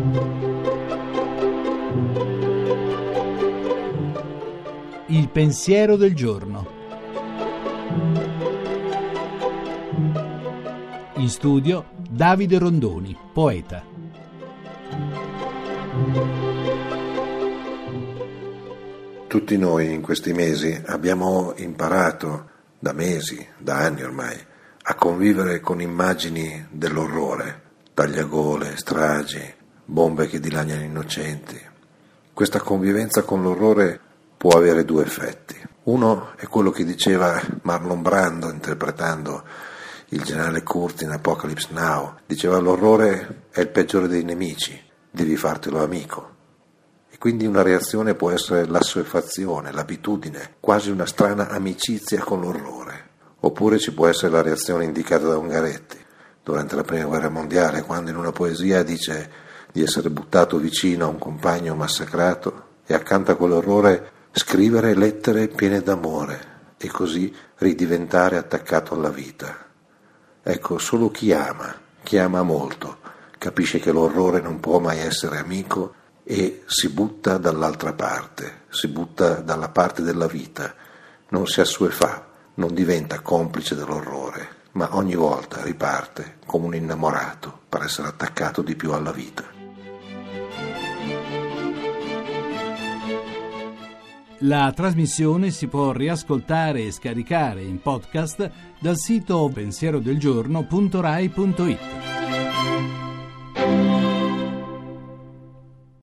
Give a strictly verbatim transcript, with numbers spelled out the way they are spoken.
Il pensiero del giorno. In studio Davide Rondoni, poeta. Tutti noi in questi mesi abbiamo imparato, da mesi, da anni ormai, a convivere con immagini dell'orrore, tagliagole, stragi, bombe che dilaniano innocenti. Questa convivenza con l'orrore può avere due effetti. Uno è quello che diceva Marlon Brando interpretando il generale Kurt in Apocalypse Now. Diceva: l'orrore è il peggiore dei nemici, devi fartelo amico. E quindi una reazione può essere l'assuefazione, l'abitudine, quasi una strana amicizia con l'orrore. Oppure ci può essere la reazione indicata da Ungaretti durante la Prima Guerra Mondiale, quando in una poesia dice di essere buttato vicino a un compagno massacrato e accanto a quell'orrore scrivere lettere piene d'amore e così ridiventare attaccato alla vita. Ecco, solo chi ama, chi ama molto, capisce che l'orrore non può mai essere amico e si butta dall'altra parte, si butta dalla parte della vita, non si assuefà, non diventa complice dell'orrore, ma ogni volta riparte come un innamorato per essere attaccato di più alla vita. La trasmissione si può riascoltare e scaricare in podcast dal sito pensierodelgiorno punto rai punto it.